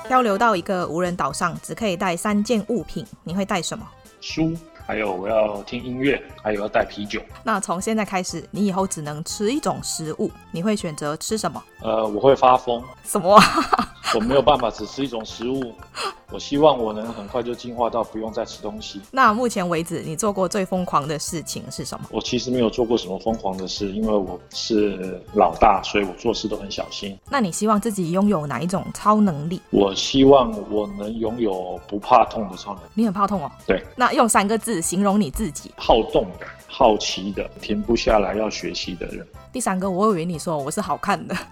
漂流到一个无人岛上，只可以带3件物品，你会带什么？ 书，还有我要听音乐，还有要带啤酒。 那从现在开始，你以后只能吃一种食物，你会选择吃什么？ 我会发疯。 什么啊？ 我没有办法只吃一种食物，我希望我能很快就进化到不用再吃东西。 那目前为止，你做过最疯狂的事情是什么？ 我其实没有做过什么疯狂的事，因为我是老大，所以我做事都很小心。 那你希望自己拥有哪一种超能力？ 我希望我能拥有不怕痛的超能力。 你很怕痛哦？ 对。 那用3个字形容你自己。 好动的，好奇的，停不下来要学习的人。 第3个我以为你说我是好看的。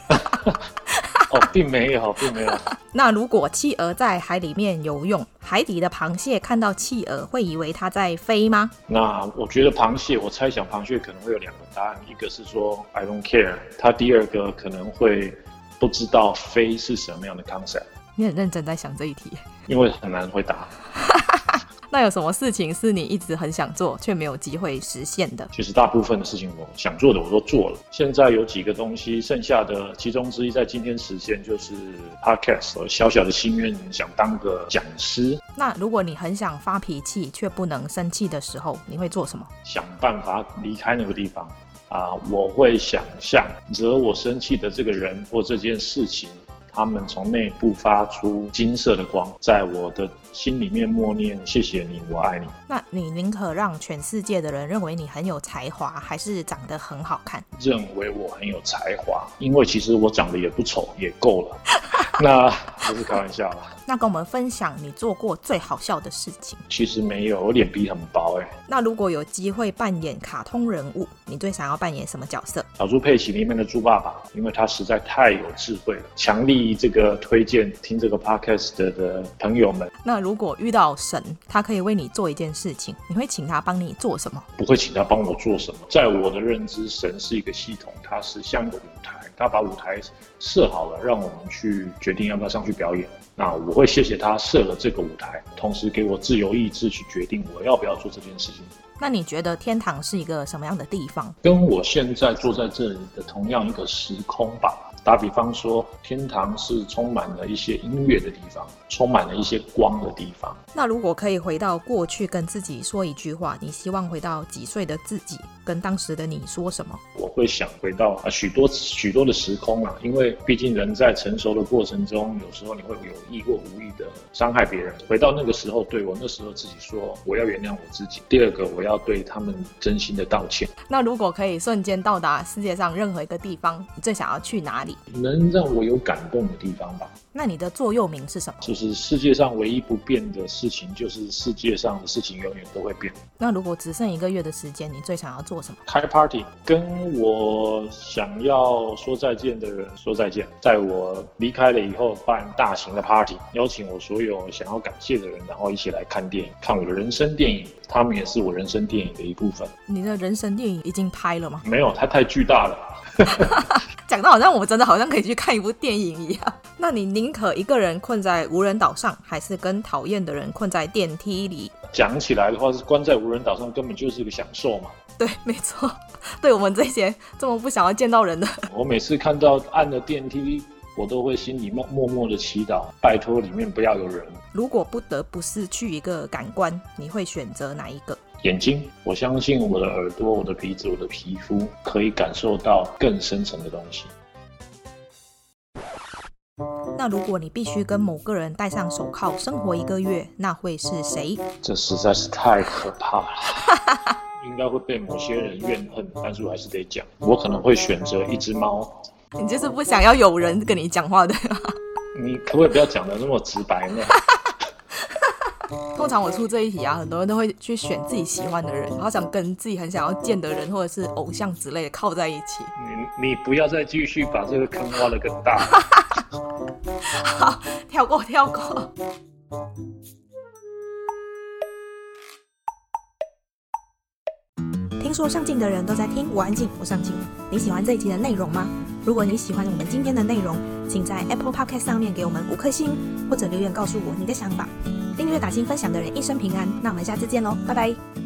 并没有。 那如果企鹅在海里面游泳，海底的螃蟹看到企鹅会以为它在飞吗？ 那我觉得我猜想螃蟹可能会有2个答案，一个是说 I don't care， 它第2个可能会不知道飞是什么样的 concept。 你很认真在想这一题。 因为很难回答。 那有什么事情是你一直很想做却没有机会实现的？ 其实大部分的事情我想做的我都做了，现在有几个东西，剩下的其中之一在今天实现，就是 podcast。 小小的心愿想当个讲师。 那如果你很想发脾气却不能生气的时候，你会做什么？ 想办法离开那个地方我会想象惹我生气的这个人或这件事情，他们从内部发出金色的光，在我的心里面默念谢谢你，我爱你。 那你宁可让全世界的人认为你很有才华，还是长得很好看？ 认为我很有才华，因为其实我长得也不丑，也够了。那不是开玩笑啦。 那跟我们分享你做过最好笑的事情。 其实没有，我脸皮很薄那如果有机会扮演卡通人物，你最想要扮演什么角色？ 小猪佩奇里面的猪爸爸，因为他实在太有智慧了。强力这个推荐听这个 podcast 的朋友们。 那如果遇到神，他可以为你做一件事情，你会请他帮你做什么？ 不会请他帮我做什么。在我的认知，神是一个系统，它是像一个舞台，他把舞台设好了，让我们去决定要不要上去表演。那我会谢谢他设了这个舞台，同时给我自由意志去决定我要不要做这件事情。 那你觉得天堂是一个什么样的地方？ 跟我现在坐在这里的同样一个时空吧。打比方说，天堂是充满了一些音乐的地方，充满了一些光的地方。 那如果可以回到过去跟自己说一句话，你希望回到几岁的自己跟当时的你说什么？ 我会想回到许多的时空因为毕竟人在成熟的过程中，有时候你会有意或无意的伤害别人。回到那个时候，对我那时候自己说，我要原谅我自己。第2个，我要对他们真心的道歉。 那如果可以瞬间到达世界上任何一个地方，你最想要去哪里？ 能让我有感动的地方吧。 那你的座右铭是什么？ 就是世界上唯一不变的事情，就是世界上的事情永远都会变。 那如果只剩1个月的时间，你最想要做什么？ 开 party， 跟我想要说再见的人说再见。在我离开了以后，办大型的 party， 邀请我所有想要感谢的人，然后一起来看电影，看我的人生电影。他们也是我人生电影的一部分。 你的人生电影已经拍了吗？ 没有，它太巨大了。 讲到好像我真的好像可以去看一部电影一样。那你宁可一个人困在无人岛上，还是跟讨厌的人困在电梯里？ 讲起来的话，是关在无人岛上根本就是一个享受嘛。 对，没错。对我们这些这么不想要见到人的， 我每次看到暗的电梯，我都会心里默默的祈祷，拜托里面不要有人。 如果不得不失去一个感官，你会选择哪一个？ 眼睛。我相信我的耳朵、我的鼻子、我的皮肤可以感受到更深层的东西。 那如果你必须跟某个人戴上手铐生活1个月，那会是谁？ 这实在是太可怕了。应该会被某些人怨恨，但是我还是得讲。我可能会选择一只猫。 你就是不想要有人跟你讲话的。 你可不可以不要讲得那么直白呢？ 通常我出这一题很多人都会去选自己喜欢的人，好想跟自己很想要见的人或者是偶像之类的靠在一起。 你不要再继续把这个坑挖得更大。 好，跳过。听说上镜的人都在听，我安静，我上镜。你喜欢这一集的内容吗？如果你喜欢我们今天的内容，请在 Apple Podcast 上面给我们5颗星，或者留言告诉我你的想法。订阅打星分享的人一生平安。那我们下次见咯，拜拜。